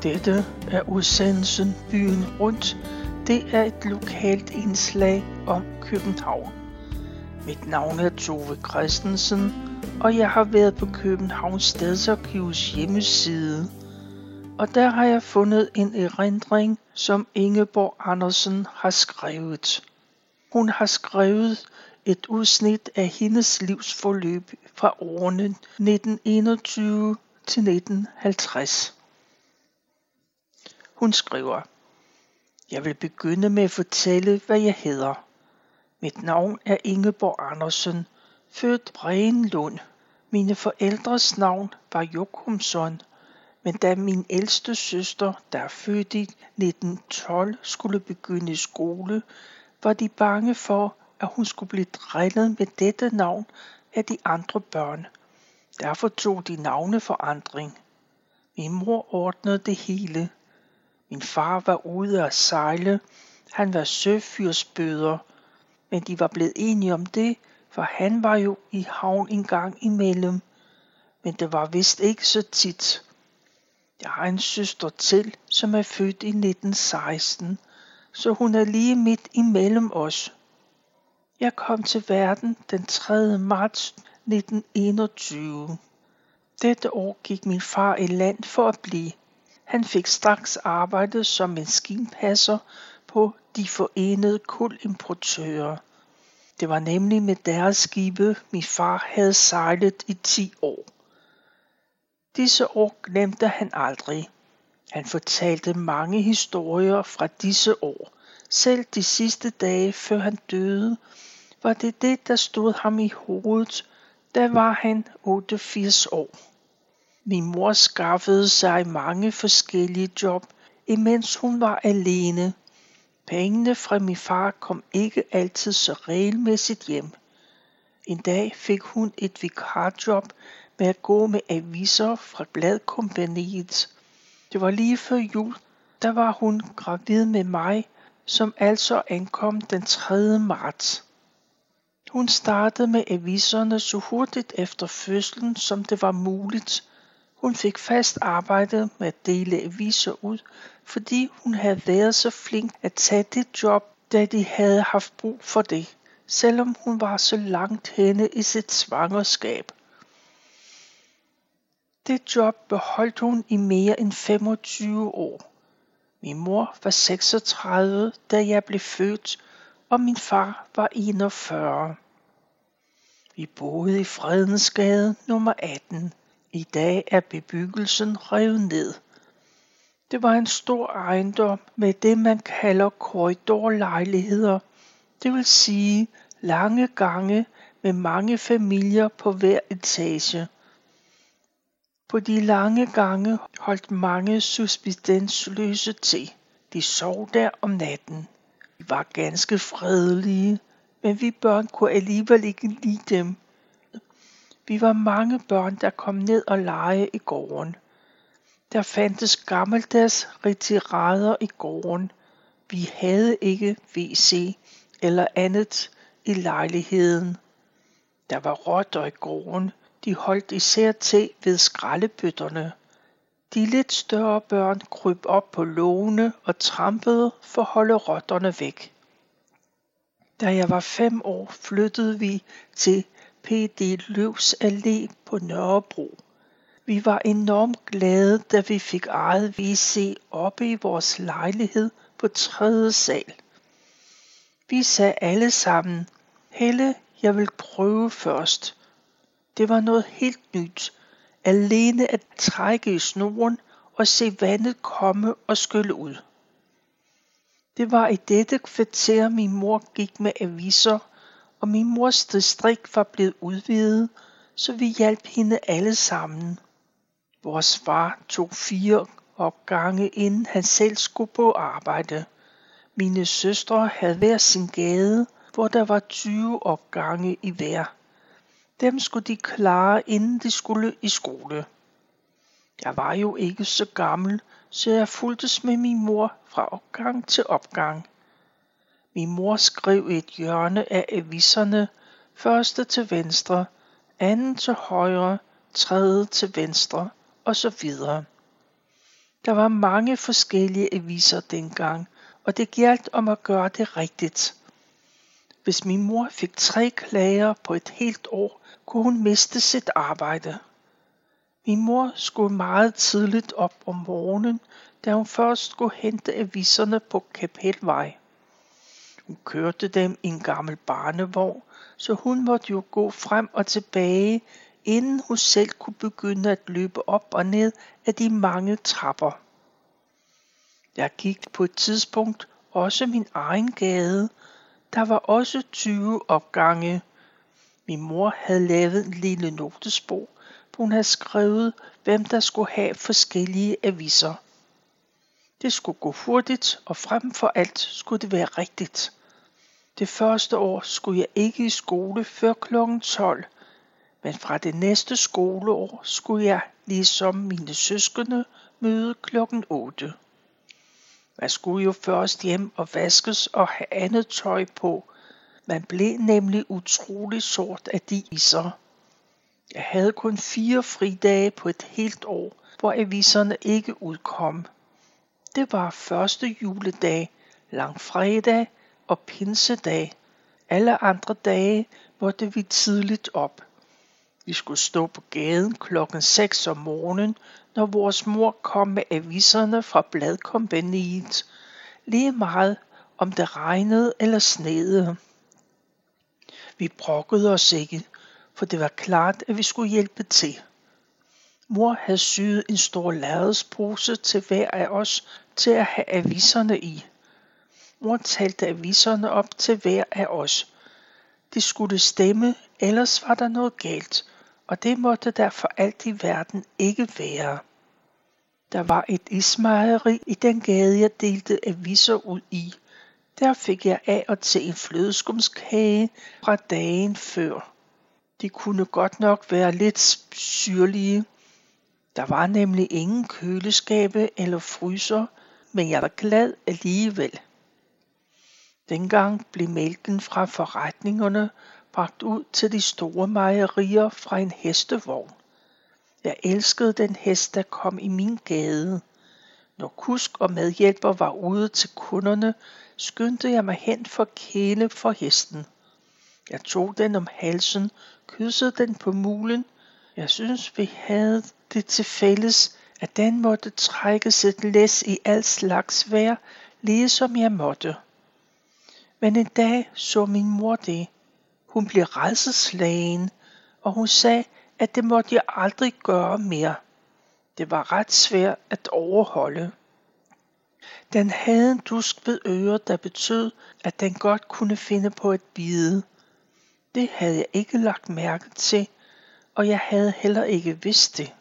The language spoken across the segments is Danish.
Dette er udsendelsen Byen Rundt. Det er et lokalt indslag om København. Mit navn er Tove Christensen, og jeg har været på Københavns Stadsarkivs hjemmeside. Og der har jeg fundet en erindring, som Ingeborg Andersen har skrevet. Hun har skrevet et udsnit af hendes livsforløb fra årene 1921 til 1950. Hun skriver: Jeg vil begynde med at fortælle, hvad jeg hedder. Mit navn er Ingeborg Andersen, født Bregenlund. Mine forældres navn var Jokumsson, men da min ældste søster, der er født i 1912, skulle begynde i skole, var de bange for, at hun skulle blive drillet med dette navn af de andre børn. Derfor tog de navneforandring. Min mor ordnede det hele. Min far var ude at sejle. Han var søfyrsbøder, men de var blevet enige om det, for han var jo i havn en gang imellem. Men det var vist ikke så tit. Jeg har en søster til, som er født i 1916, så hun er lige midt imellem os. Jeg kom til verden den 3. marts 1921. Dette år gik min far i land for at blive. Han fik straks arbejde som maskinpasser på De Forenede Kulimportører. Det var nemlig med deres skibe, min far havde sejlet i 10 år. Disse år glemte han aldrig. Han fortalte mange historier fra disse år. Selv de sidste dage før han døde, var det, der stod ham i hovedet. Da var han 88 år. Min mor skaffede sig mange forskellige job, imens hun var alene. Pengene fra min far kom ikke altid så regelmæssigt hjem. En dag fik hun et vikarjob med at gå med aviser fra Bladkompagniet. Det var lige før jul, der var hun gravid med mig, som altså ankom den 3. marts. Hun startede med aviserne så hurtigt efter fødslen, som det var muligt. Hun fik fast arbejde med at dele aviser ud, fordi hun havde været så flink at tage det job, da de havde haft brug for det, selvom hun var så langt henne i sit svangerskab. Det job beholdt hun i mere end 25 år. Min mor var 36, da jeg blev født, og min far var 41. Vi boede i Fredensgade nummer 18. I dag er bebyggelsen revet ned. Det var en stor ejendom med det, man kalder korridorlejligheder. Det vil sige lange gange med mange familier på hver etage. På de lange gange holdt mange subsistensløse til. De sov der om natten. De var ganske fredelige, men vi børn kunne alligevel ikke lide dem. Vi var mange børn, der kom ned og legede i gården. Der fandtes gammeldags retirader i gården. Vi havde ikke WC eller andet i lejligheden. Der var rotter i gården. De holdt især til ved skraldebøtterne. De lidt større børn kryb op på lågene og trampede for at holde rotterne væk. Da jeg var 5 år, flyttede vi til P.D. Løvs Allé på Nørrebro. Vi var enormt glade, da vi fik eget WC oppe i vores lejlighed på 3. sal. Vi sagde alle sammen: Helle, jeg vil prøve først. Det var noget helt nyt. Alene at trække i snoren og se vandet komme og skylle ud. Det var i dette kvarter, min mor gik med aviser, og min mors distrikt var blevet udvidet, så vi hjalp hende alle sammen. Vores far tog 4 opgange, inden han selv skulle på arbejde. Mine søstre havde hver sin gade, hvor der var 20 opgange i hver. Dem skulle de klare, inden de skulle i skole. Jeg var jo ikke så gammel, så jeg fulgtes med min mor fra opgang til opgang. Min mor skrev et hjørne af aviserne, første til venstre, anden til højre, tredje til venstre og så videre. Der var mange forskellige aviser dengang, og det gjaldt om at gøre det rigtigt. Hvis min mor fik 3 klager på et helt år, kunne hun miste sit arbejde. Min mor skulle meget tidligt op om morgenen, da hun først skulle hente aviserne på Kapelvej. Hun kørte dem i en gammel barnevogn, så hun måtte jo gå frem og tilbage, inden hun selv kunne begynde at løbe op og ned af de mange trapper. Jeg gik på et tidspunkt også min egen gade. Der var også 20 opgange. Min mor havde lavet en lille notesbog, hvor hun havde skrevet, hvem der skulle have forskellige aviser. Det skulle gå hurtigt, og frem for alt skulle det være rigtigt. Det første år skulle jeg ikke i skole før kl. 12, men fra det næste skoleår skulle jeg, ligesom mine søskende, møde kl. 8. Man skulle jo først hjem og vaskes og have andet tøj på. Man blev nemlig utrolig sort af de aviser. Jeg havde kun 4 fridage på et helt år, hvor aviserne ikke udkom. Det var første juledag, langfredag og pinsedag. Alle andre dage måtte vi tidligt op. Vi skulle stå på gaden klokken 6 om morgenen, når vores mor kom med aviserne fra bladkompagniet, lige meget om det regnede eller sneede. Vi brokkede os ikke, for det var klart, at vi skulle hjælpe til. Mor havde syet en stor lærredspose til hver af os til at have aviserne i. Mor talte aviserne op til hver af os. De skulle stemme, ellers var der noget galt, og det måtte der for alt i verden ikke være. Der var et ismejeri i den gade, jeg delte aviser ud i. Der fik jeg af og til en flødeskumskage fra dagen før. De kunne godt nok være lidt syrlige. Der var nemlig ingen køleskabe eller fryser, men jeg var glad alligevel. Dengang blev mælken fra forretningerne bragt ud til de store mejerier fra en hestevogn. Jeg elskede den hest, der kom i min gade. Når kusk og medhjælper var ude til kunderne, skyndte jeg mig hen for kæle for hesten. Jeg tog den om halsen, kyssede den på mulen. Jeg synes, vi havde det til fælles, at den måtte trækkes et læs i al slags vejr, ligesom jeg måtte. Men en dag så min mor det. Hun blev rædselsslagen, og hun sagde, at det måtte jeg aldrig gøre mere. Det var ret svært at overholde. Den havde en dusk ved øret, der betød, at den godt kunne finde på at bide. Det havde jeg ikke lagt mærke til, og jeg havde heller ikke vidst det.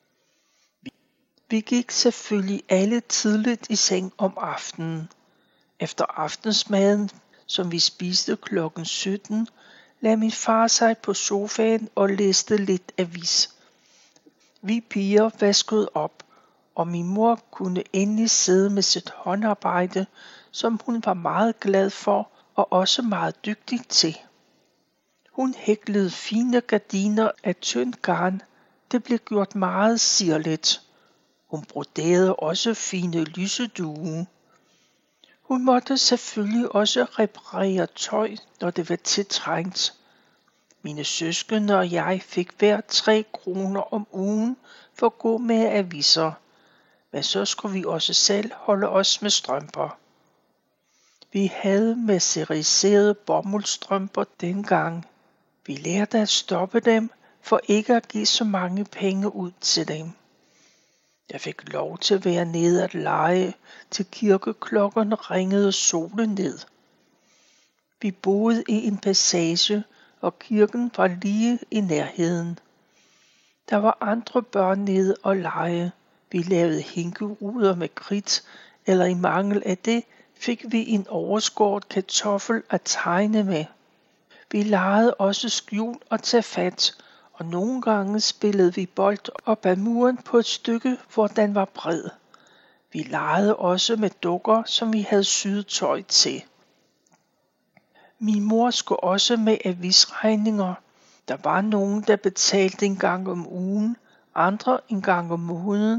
Vi gik selvfølgelig alle tidligt i seng om aftenen. Efter aftensmaden, som vi spiste klokken 17, lagde min far sig på sofaen og læste lidt avis. Vi piger vaskede op, og min mor kunne endelig sidde med sit håndarbejde, som hun var meget glad for og også meget dygtig til. Hun hæklede fine gardiner af tyndt garn. Det blev gjort meget sirligt. Hun broderede også fine lyseduge. Hun måtte selvfølgelig også reparere tøj, når det var tiltrængt. Mine søskende og jeg fik hver 3 kroner om ugen for at gå med aviser, men så skulle vi også selv holde os med strømper. Vi havde messeriserede bomuldstrømper dengang. Vi lærte at stoppe dem for ikke at give så mange penge ud til dem. Jeg fik lov til at være nede at lege, til kirkeklokkerne ringede solen ned. Vi boede i en passage, og kirken var lige i nærheden. Der var andre børn nede og lege. Vi lavede hinkeruder med kridt, eller i mangel af det fik vi en overskåret kartoffel at tegne med. Vi legede også skjul og tage fat, og nogle gange spillede vi bold op ad muren på et stykke, hvor den var bred. Vi legede også med dukker, som vi havde syet tøj til. Min mor skulle også med avisregninger. Der var nogen, der betalte en gang om ugen, andre en gang om måneden,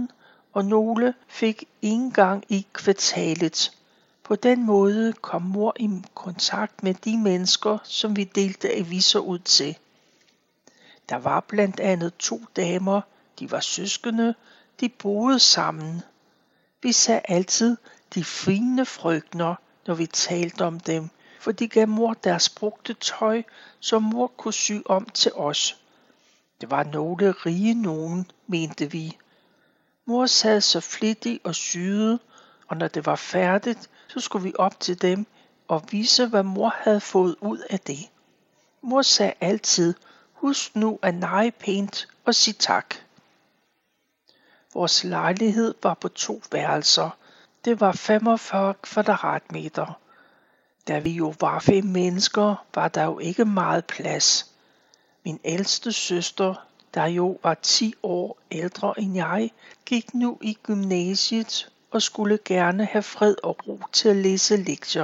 og nogle fik en gang i kvartalet. På den måde kom mor i kontakt med de mennesker, som vi delte aviser ud til. Der var blandt andet 2 damer, de var søskende, de boede sammen. Vi sagde altid de fine frøkner, når vi talte om dem, for de gav mor deres brugte tøj, som mor kunne sy om til os. Det var nogle rige nogen, mente vi. Mor sad så flittigt og syede, og når det var færdigt, så skulle vi op til dem og vise, hvad mor havde fået ud af det. Mor sagde altid, husk nu at neje pænt og sig tak. Vores lejlighed var på 2 værelser. Det var 45 kvadratmeter. Da vi jo var 5 mennesker, var der jo ikke meget plads. Min ældste søster, der jo var 10 år ældre end jeg, gik nu i gymnasiet og skulle gerne have fred og ro til at læse lektier.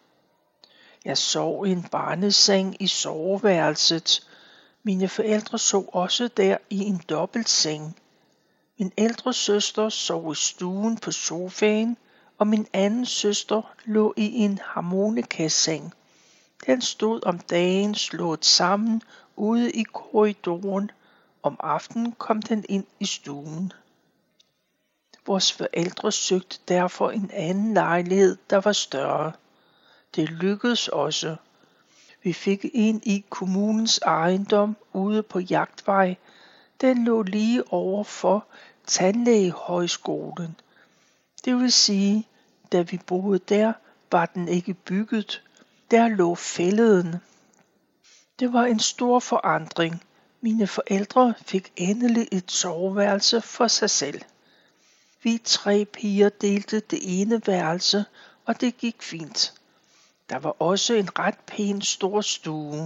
Jeg sov i en barneseng i soveværelset. Mine forældre sov også der i en dobbeltseng. Min ældre søster sov i stuen på sofaen, og min anden søster lå i en harmonikaseng. Den stod om dagen slået sammen ude i korridoren. Om aftenen kom den ind i stuen. Vores forældre søgte derfor en anden lejlighed, der var større. Det lykkedes også. Vi fik en i kommunens ejendom ude på Jagtvej. Den lå lige over for Tandlægehøjskolen. Det vil sige, da vi boede der, var den ikke bygget. Der lå fælleden. Det var en stor forandring. Mine forældre fik endelig et soveværelse for sig selv. Vi 3 piger delte det ene værelse, og det gik fint. Der var også en ret pæn stor stue.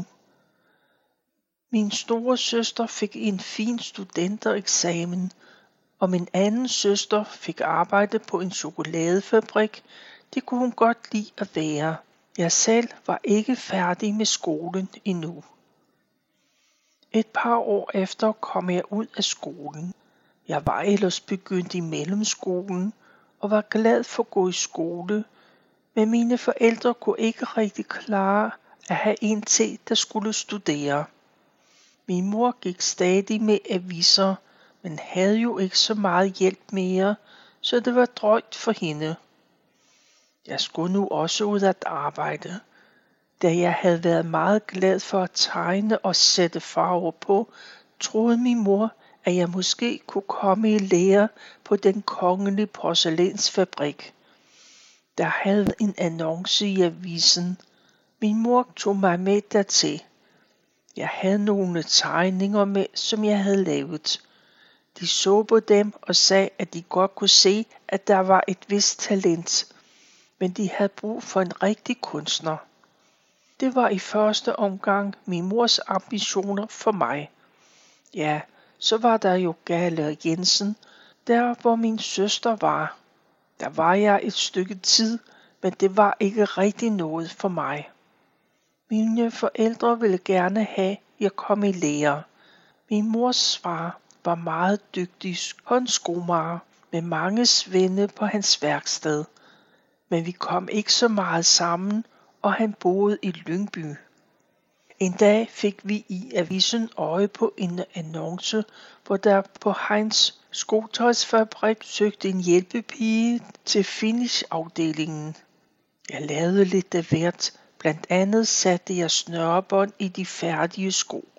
Min store søster fik en fin studentereksamen, og min anden søster fik arbejde på en chokoladefabrik. Det kunne hun godt lide at være. Jeg selv var ikke færdig med skolen endnu. Et par år efter kom jeg ud af skolen. Jeg var ellers begyndt i mellemskolen og var glad for at gå i skole, men mine forældre kunne ikke rigtig klare at have en til, der skulle studere. Min mor gik stadig med aviser, men havde jo ikke så meget hjælp mere, så det var drøjt for hende. Jeg skulle nu også ud at arbejde. Da jeg havde været meget glad for at tegne og sætte farver på, troede min mor, at jeg måske kunne komme i lære på den kongelige porcelænsfabrik. Der havde en annonce i avisen. Min mor tog mig med dertil. Jeg havde nogle tegninger med, som jeg havde lavet. De så på dem og sagde, at de godt kunne se, at der var et vist talent, men de havde brug for en rigtig kunstner. Det var i første omgang min mors ambitioner for mig. Ja, så var der jo Gale Jensen, der hvor min søster var. Der var jeg et stykke tid, men det var ikke rigtig noget for mig. Mine forældre ville gerne have, at jeg kom i lære. Min mors far var meget dygtig håndskomager med mange svende på hans værksted. Men vi kom ikke så meget sammen, og han boede i Lyngby. En dag fik vi i avisen øje på en annonce, hvor der på Heinz skotøjsfabrik søgte en hjælpepige til finishafdelingen. Jeg lavede lidt af hvert. Blandt andet satte jeg snørebånd i de færdige sko.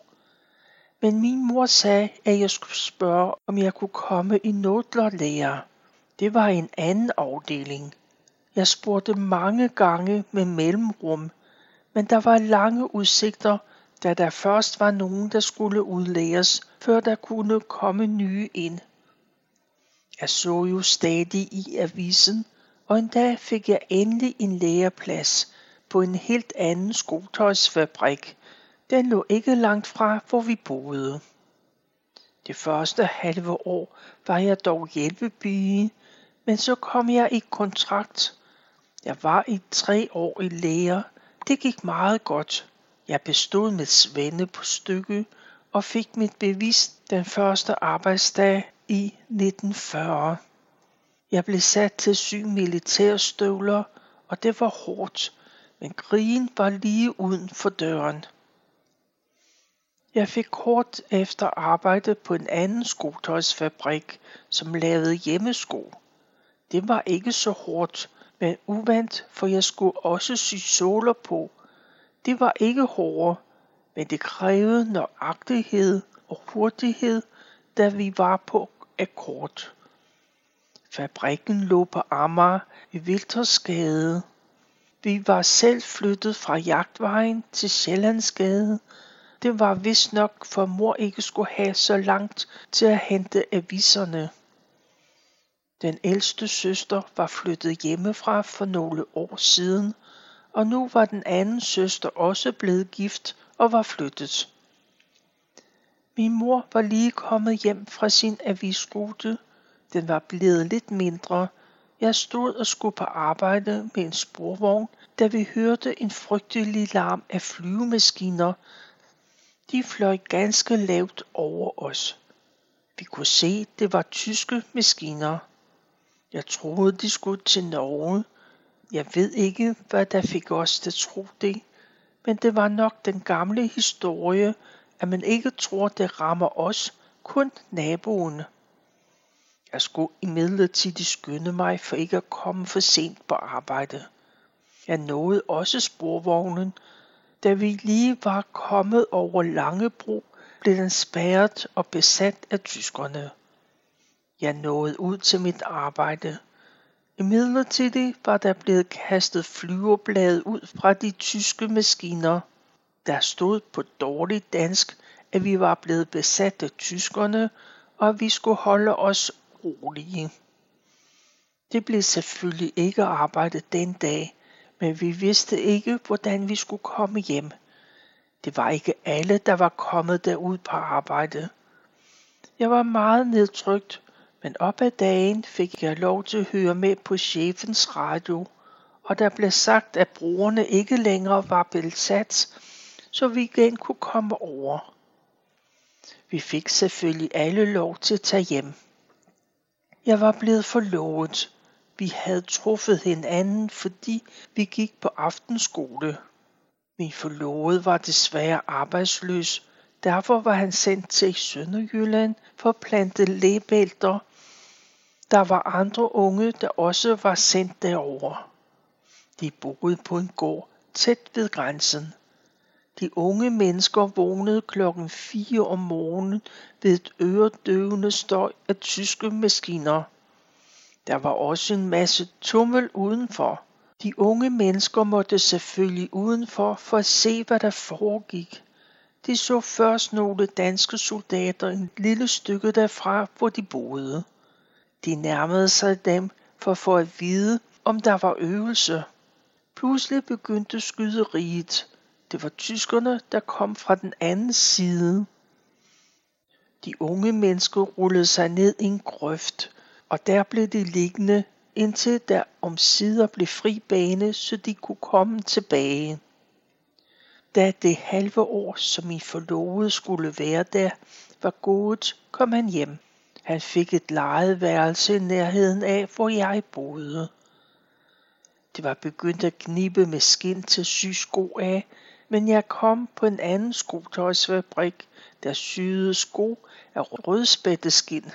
Men min mor sagde, at jeg skulle spørge, om jeg kunne komme i nodlerlære. Det var en anden afdeling. Jeg spurgte mange gange med mellemrum, men der var lange udsigter, da der først var nogen, der skulle udlæres, før der kunne komme nye ind. Jeg så jo stadig i avisen, og en dag fik jeg endelig en læreplads på en helt anden skotøjsfabrik. Den lå ikke langt fra, hvor vi boede. Det første halve år var jeg dog hjælpepige, men så kom jeg i kontrakt. Jeg var i 3 år i lære. Det gik meget godt. Jeg bestod med svende på stykket og fik mit bevis den første arbejdsdag i 1940. Jeg blev sat til at sy militærstøvler, og det var hårdt, men krigen var lige uden for døren. Jeg fik kort efter arbejde på en anden skotøjsfabrik, som lavede hjemmesko. Det var ikke så hårdt, men uvant, for jeg skulle også sy såler på. Det var ikke hårdere, men det krævede nøjagtighed og hurtighed, da vi var på akkord. Fabrikken lå på Amager i Wilthersgade. Vi var selv flyttet fra Jagtvejen til Sjællandsgade. Det var vist nok, for mor ikke skulle have så langt til at hente aviserne. Den ældste søster var flyttet hjemmefra for nogle år siden, og nu var den anden søster også blevet gift og var flyttet. Min mor var lige kommet hjem fra sin avisrute. Den var blevet lidt mindre. Jeg stod og skulle på arbejde med en sporvogn, da vi hørte en frygtelig larm af flyvemaskiner. De fløj ganske lavt over os. Vi kunne se, det var tyske maskiner. Jeg troede, de skulle til Norge. Jeg ved ikke, hvad der fik os til at tro det, men det var nok den gamle historie, at man ikke tror, det rammer os, kun naboen. Jeg skulle imidlertid skynde mig for ikke at komme for sent på arbejde. Jeg nåede også sporvognen. Da vi lige var kommet over Langebro, blev den spærret og besat af tyskerne. Jeg nåede ud til mit arbejde. Imidlertid var der blevet kastet flyverblade ud fra de tyske maskiner. Der stod på dårligt dansk, at vi var blevet besat af tyskerne, og at vi skulle holde os rolige. Det blev selvfølgelig ikke arbejdet den dag, men vi vidste ikke, hvordan vi skulle komme hjem. Det var ikke alle, der var kommet derud på arbejde. Jeg var meget nedtrykt, men op ad dagen fik jeg lov til at høre med på chefens radio, og der blev sagt, at broerne ikke længere var besat, så vi igen kunne komme over. Vi fik selvfølgelig alle lov til at tage hjem. Jeg var blevet forlovet. Vi havde truffet hinanden, fordi vi gik på aftenskole. Min forlovede var desværre arbejdsløs. Derfor var han sendt til Sønderjylland for at plante læbælter. Der var andre unge, der også var sendt derover. De boede på en gård tæt ved grænsen. De unge mennesker vågnede 4:00 om morgenen ved et øredøvende støj af tyske maskiner. Der var også en masse tummel udenfor. De unge mennesker måtte selvfølgelig udenfor for at se, hvad der foregik. De så først nogle danske soldater et lille stykke derfra, hvor de boede. De nærmede sig dem for at få at vide, om der var øvelse. Pludselig begyndte skyderiet. Det var tyskerne, der kom fra den anden side. De unge mennesker rullede sig ned i en grøft, og der blev de liggende, indtil der omsider blev fri bane, så de kunne komme tilbage. Da det halve år, som min forlovede skulle være der, var gået, kom han hjem. Han fik et lejeværelse i nærheden af, hvor jeg boede. Det var begyndt at knibe med skind til sy sko af, men jeg kom på en anden skotøjsfabrik, der syede sko af rødspætteskind.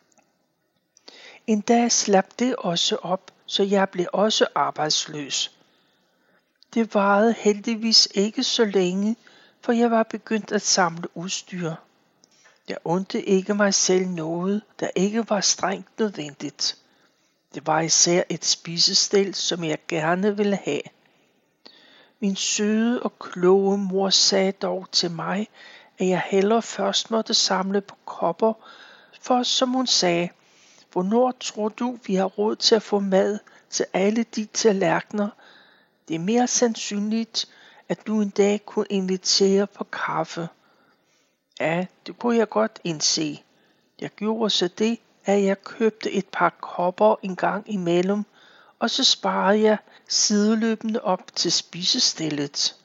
En dag slap det også op, så jeg blev også arbejdsløs. Det varede heldigvis ikke så længe, for jeg var begyndt at samle udstyr. Jeg undte ikke mig selv noget, der ikke var strengt nødvendigt. Det var især et spisestel, som jeg gerne ville have. Min søde og kloge mor sagde dog til mig, at jeg hellere først måtte samle på kopper, for som hun sagde, hvornår tror du, vi har råd til at få mad til alle de tallerkener? Det er mere sandsynligt, at du en dag kunne invitere på kaffe. Ja, det kunne jeg godt indse. Jeg gjorde så det, at jeg købte et par kopper en gang imellem, og så sparede jeg sideløbende op til spisestellet.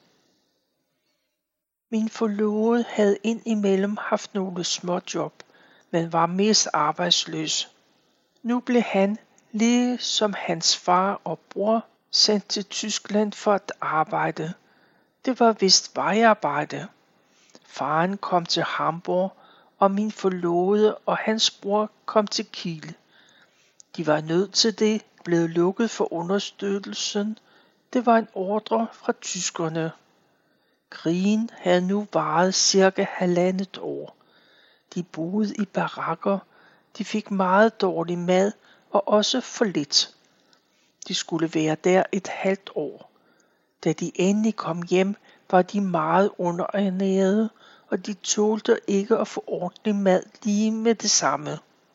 Min forlovede havde indimellem haft nogle småjob, men var mest arbejdsløs. Nu blev han, lige som hans far og bror sendt til Tyskland for at arbejde. Det var vist vejarbejde. Faren kom til Hamburg, og min forlovede og hans bror kom til Kiel. De var nødt til det, blev lukket for understøttelsen. Det var en ordre fra tyskerne. Krigen havde nu varet cirka 1,5 år. De boede i barakker. De fik meget dårlig mad og også for lidt. De skulle være der et halvt år. Da de endelig kom hjem, var de meget underernærede, og de tålte ikke at få ordentlig mad lige med det samme.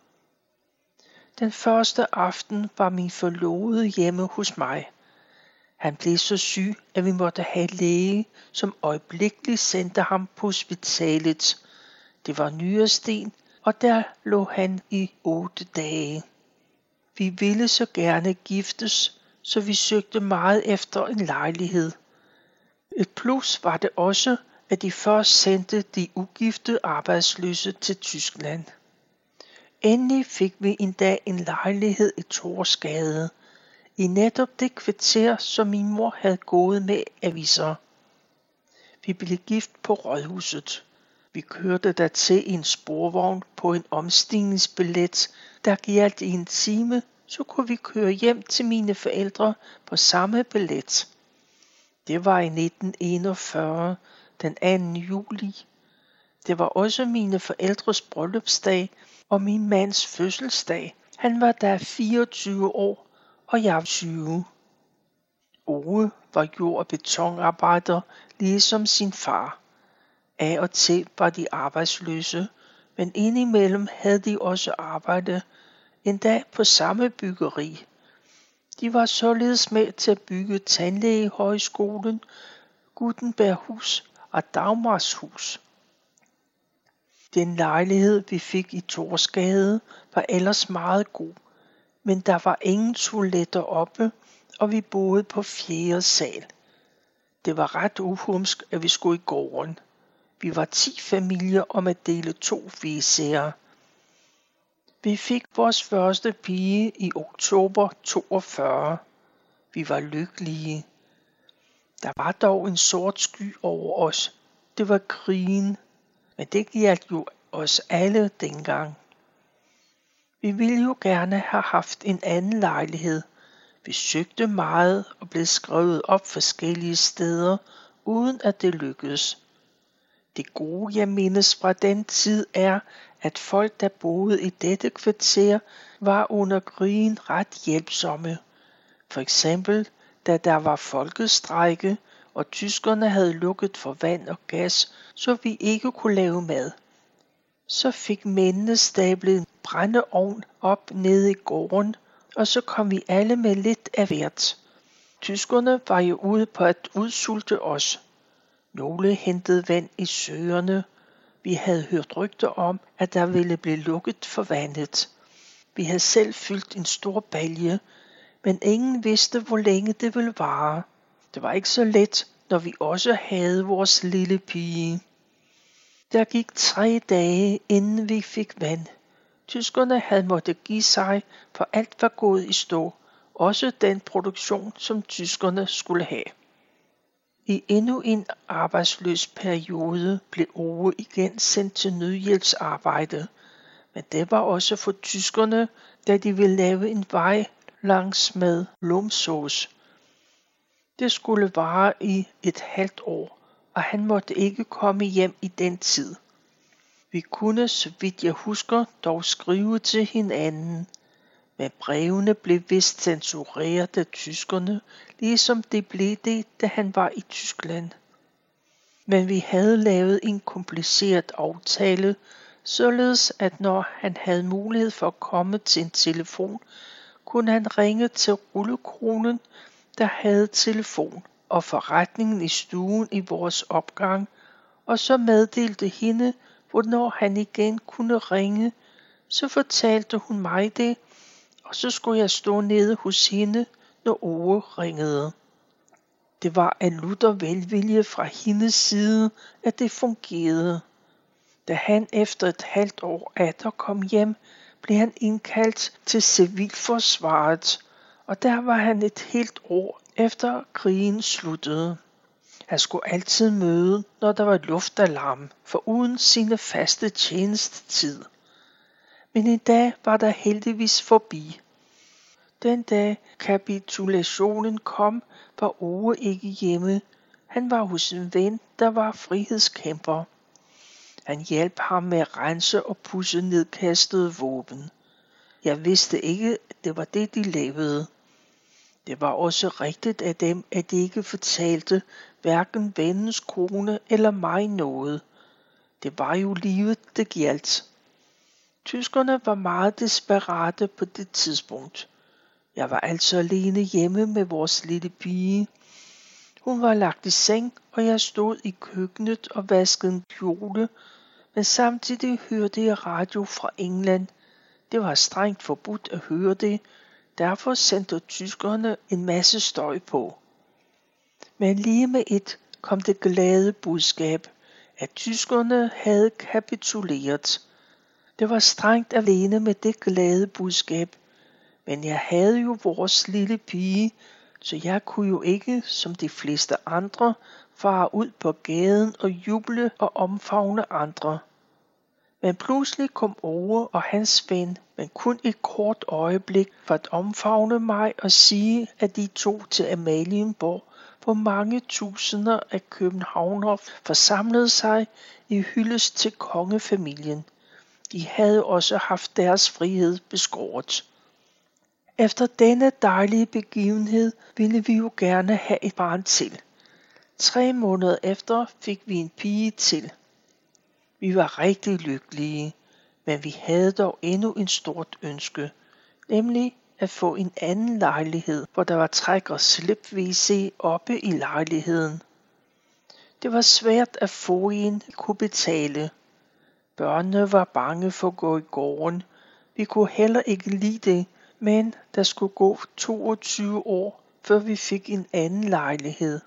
Den første aften var min forlovede hjemme hos mig. Han blev så syg, at vi måtte have læge, som øjeblikkeligt sendte ham på hospitalet. Det var Nyresten, og der lå han i 8 dage. Vi ville så gerne giftes, så vi søgte meget efter en lejlighed. Et plus var det også, at de først sendte de ugifte arbejdsløse til Tyskland. Endelig fik vi en dag en lejlighed i Thorsgade, i netop det kvarter, som min mor havde gået med aviser. Vi blev gift på Rådhuset. Vi kørte der til en sporvogn på en omstigningsbillet, der gjaldt i en time, så kunne vi køre hjem til mine forældre på samme billet. Det var i 1941, den 2. juli. Det var også mine forældres bryllupsdag og min mands fødselsdag. Han var da 24 år, og jeg 20. Ove var jord- og betonarbejder, ligesom sin far. Af og til var de arbejdsløse, men indimellem havde de også arbejde, endda på samme byggeri. De var således med til at bygge Tandlægehøjskolen, Gutenberghus og Dagmarshus. Den lejlighed, vi fik i Thorsgade, var ellers meget god, men der var ingen toiletter oppe, og vi boede på 4. sal. Det var ret uhumsk, at vi skulle i gården. Vi var 10 familier om at dele 2 WC'er. Vi fik vores første pige i oktober 42. Vi var lykkelige. Der var dog en sort sky over os. Det var krigen, men det gjaldt jo os alle dengang. Vi ville jo gerne have haft en anden lejlighed. Vi søgte meget og blev skrevet op forskellige steder, uden at det lykkedes. Det gode, jeg mindes fra den tid, er, at folk, der boede i dette kvarter, var under krigen ret hjælpsomme. For eksempel, da der var folkestrejke, og tyskerne havde lukket for vand og gas, så vi ikke kunne lave mad. Så fik mændene stablet en brændeovn op nede i gården, og så kom vi alle med lidt af hvert. Tyskerne var jo ude på at udsulte os. Nogle hentede vand i søerne. Vi havde hørt rygter om, at der ville blive lukket for vandet. Vi havde selv fyldt en stor balje, men ingen vidste, hvor længe det ville vare. Det var ikke så let, når vi også havde vores lille pige. Der gik 3 dage, inden vi fik vand. Tyskerne havde måttet give sig, for alt var gået i stå. Også den produktion, som tyskerne skulle have. I endnu en arbejdsløs periode blev Ove igen sendt til nødhjælpsarbejde. Men det var også for tyskerne, da de ville lave en vej langs med Lumsås. Det skulle vare i et halvt år, og han måtte ikke komme hjem i den tid. Vi kunne, så vidt jeg husker, dog skrive til hinanden. Men brevene blev vist censureret af tyskerne, ligesom det blev det, da han var i Tyskland. Men vi havde lavet en kompliceret aftale, således at når han havde mulighed for at komme til en telefon, kunne han ringe til rullekronen, der havde telefon, og forretningen i stuen i vores opgang, og så meddelte hende, hvornår han igen kunne ringe. Så fortalte hun mig det, og så skulle jeg stå nede hos hende, når Ove ringede. Det var af lutter velvilje fra hendes side, at det fungerede. Da han efter et halvt år atter kom hjem, blev han indkaldt til civilforsvaret, og der var han et helt år efter krigen sluttede. Han skulle altid møde, når der var luftalarm, foruden sine faste tjenestetid. Men en dag var der heldigvis forbi. Den dag kapitulationen kom, var Ove ikke hjemme. Han var hos en ven, der var frihedskæmper. Han hjalp ham med at rense og pudse nedkastede våben. Jeg vidste ikke, at det var det, de lavede. Det var også rigtigt af dem, at de ikke fortalte hverken vennens kone eller mig noget. Det var jo livet, det gjaldt. Tyskerne var meget desperate på det tidspunkt. Jeg var altså alene hjemme med vores lille pige. Hun var lagt i seng, og jeg stod i køkkenet og vaskede en kjole, men samtidig hørte jeg radio fra England. Det var strengt forbudt at høre det, derfor sendte tyskerne en masse støj på. Men lige med et kom det glade budskab, at tyskerne havde kapituleret. Det var strengt alene med det glade budskab, men jeg havde jo vores lille pige, så jeg kunne jo ikke, som de fleste andre, fare ud på gaden og juble og omfavne andre. Men pludselig kom Ove og hans ven, men kun et kort øjeblik, for at omfavne mig og sige, at de tog til Amalienborg, hvor mange tusinder af københavnere forsamlede sig i hyldest til kongefamilien. De havde også haft deres frihed beskåret. Efter denne dejlige begivenhed ville vi jo gerne have et barn til. 3 måneder efter fik vi en pige til. Vi var rigtig lykkelige, men vi havde dog endnu en stort ønske, nemlig at få en anden lejlighed, hvor der var træk- og slip-WC oppe i lejligheden. Det var svært at få en, vi kunne betale. Børnene var bange for at gå i gården. Vi kunne heller ikke lide det, men der skulle gå 22 år, før vi fik en anden lejlighed.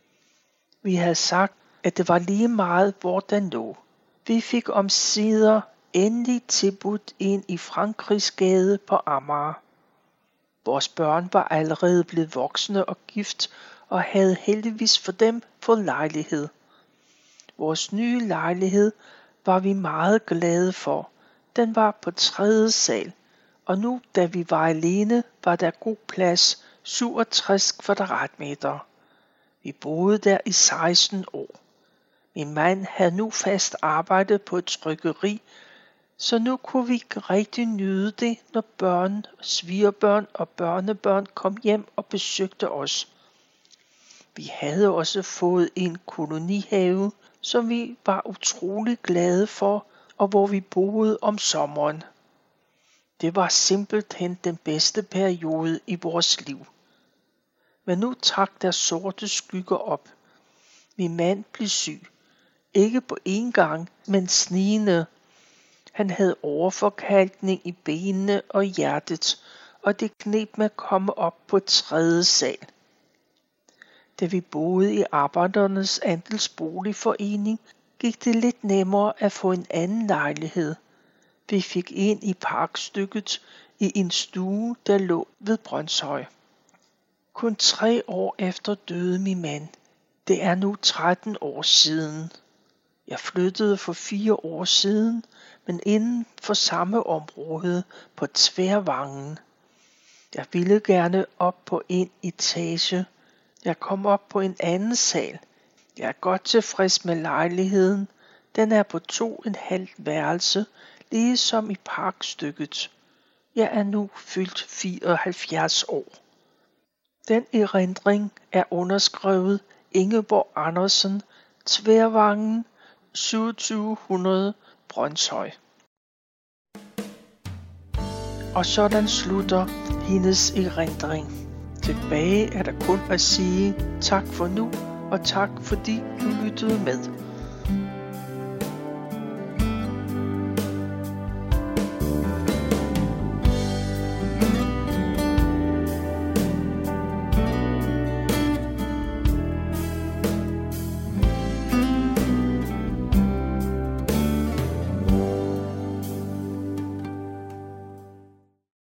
Vi havde sagt, at det var lige meget, hvor den lå. Vi fik omsider endelig tilbudt en i Frankrigsgade på Amager. Vores børn var allerede blevet voksne og gift, og havde heldigvis for dem fået lejlighed. Vores nye lejlighed var vi meget glade for. Den var på 3. sal, og nu, da vi var alene, var der god plads, 67 kvadratmeter. Vi boede der i 16 år. Min mand havde nu fast arbejde på et trykkeri, så nu kunne vi ikke rigtig nyde det, når børn, svigerbørn og børnebørn kom hjem og besøgte os. Vi havde også fået en kolonihave, som vi var utrolig glade for, og hvor vi boede om sommeren. Det var simpelthen den bedste periode i vores liv. Men nu trak der sorte skygger op. Min mand blev syg. Ikke på én gang, men snigende. Han havde overforkalkning i benene og hjertet, og det kneb med at komme op på 3. sal. Da vi boede i Arbejdernes Andelsboligforening, gik det lidt nemmere at få en anden lejlighed. Vi fik en i parkstykket i en stue, der lå ved Brønshøj. Kun 3 år efter døde min mand. Det er nu 13 år siden. Jeg flyttede for 4 år siden, men inden for samme område på Tværvangen. Jeg ville gerne op på en etage. Jeg kom op på en anden sal. Jeg er godt tilfreds med lejligheden. Den er på 2,5 værelse, ligesom i parkstykket. Jeg er nu fyldt 74 år. Den erindring er underskrevet Ingeborg Andersen, Tværvangen, 2700 Brønshøj. Og sådan slutter hendes erindring. Tilbage er der kun at sige tak for nu, og tak fordi du lyttede med.